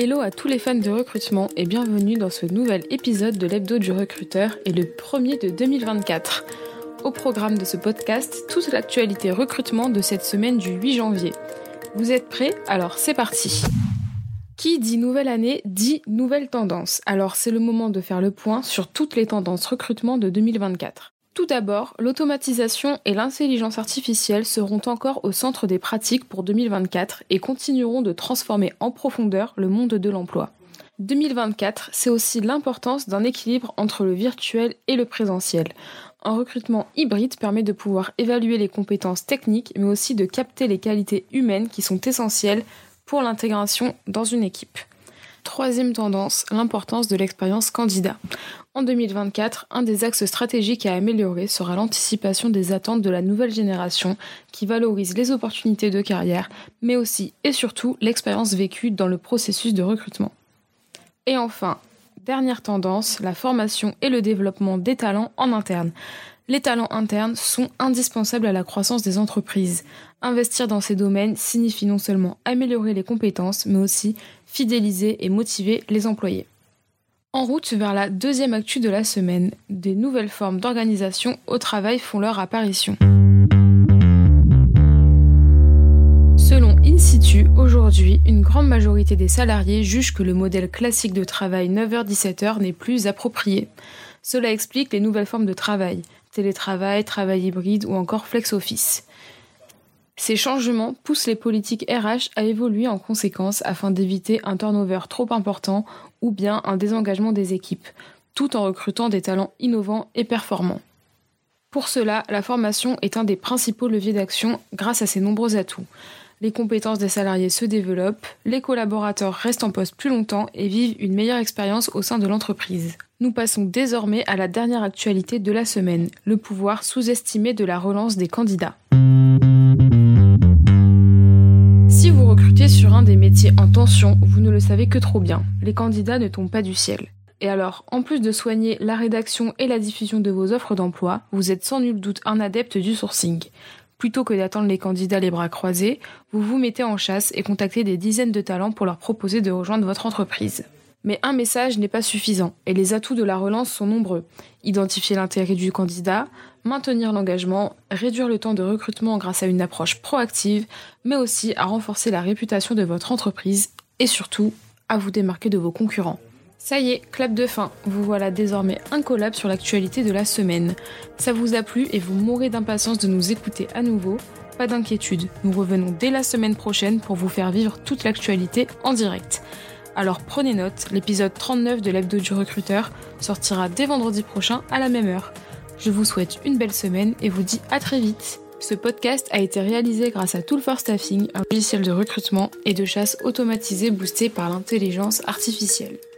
Hello à tous les fans de recrutement et bienvenue dans ce nouvel épisode de l'Hebdo du recruteur et le premier de 2024. Au programme de ce podcast, toute l'actualité recrutement de cette semaine du 8 janvier. Vous êtes prêts ? Alors c'est parti. Qui dit nouvelle année dit nouvelle tendance. Alors c'est le moment de faire le point sur toutes les tendances recrutement de 2024. Tout d'abord, l'automatisation et l'intelligence artificielle seront encore au centre des pratiques pour 2024 et continueront de transformer en profondeur le monde de l'emploi. 2024, c'est aussi l'importance d'un équilibre entre le virtuel et le présentiel. Un recrutement hybride permet de pouvoir évaluer les compétences techniques, mais aussi de capter les qualités humaines qui sont essentielles pour l'intégration dans une équipe. Troisième tendance, l'importance de l'expérience candidat. En 2024, un des axes stratégiques à améliorer sera l'anticipation des attentes de la nouvelle génération qui valorise les opportunités de carrière, mais aussi et surtout l'expérience vécue dans le processus de recrutement. Et enfin, dernière tendance, la formation et le développement des talents en interne. Les talents internes sont indispensables à la croissance des entreprises. Investir dans ces domaines signifie non seulement améliorer les compétences, mais aussi fidéliser et motiver les employés. En route vers la deuxième actu de la semaine, des nouvelles formes d'organisation au travail font leur apparition. Selon InSitu, aujourd'hui, une grande majorité des salariés jugent que le modèle classique de travail 9h-17h n'est plus approprié. Cela explique les nouvelles formes de travail, télétravail, travail hybride ou encore flex-office. Ces changements poussent les politiques RH à évoluer en conséquence afin d'éviter un turnover trop important ou bien un désengagement des équipes, tout en recrutant des talents innovants et performants. Pour cela, la formation est un des principaux leviers d'action grâce à ses nombreux atouts. Les compétences des salariés se développent, les collaborateurs restent en poste plus longtemps et vivent une meilleure expérience au sein de l'entreprise. Nous passons désormais à la dernière actualité de la semaine, le pouvoir sous-estimé de la relance des candidats. Si vous recrutez sur un des métiers en tension, vous ne le savez que trop bien, les candidats ne tombent pas du ciel. Et alors, en plus de soigner la rédaction et la diffusion de vos offres d'emploi, vous êtes sans nul doute un adepte du sourcing. Plutôt que d'attendre les candidats les bras croisés, vous vous mettez en chasse et contactez des dizaines de talents pour leur proposer de rejoindre votre entreprise. Mais un message n'est pas suffisant, et les atouts de la relance sont nombreux. Identifier l'intérêt du candidat, maintenir l'engagement, réduire le temps de recrutement grâce à une approche proactive, mais aussi à renforcer la réputation de votre entreprise, et surtout, à vous démarquer de vos concurrents. Ça y est, clap de fin, vous voilà désormais incollable sur l'actualité de la semaine. Ça vous a plu et vous mourrez d'impatience de nous écouter à nouveau. Pas d'inquiétude, nous revenons dès la semaine prochaine pour vous faire vivre toute l'actualité en direct. Alors prenez note, l'épisode 39 de l'Hebdo du recruteur sortira dès vendredi prochain à la même heure. Je vous souhaite une belle semaine et vous dis à très vite. Ce podcast a été réalisé grâce à Tool for Staffing, un logiciel de recrutement et de chasse automatisé boosté par l'intelligence artificielle.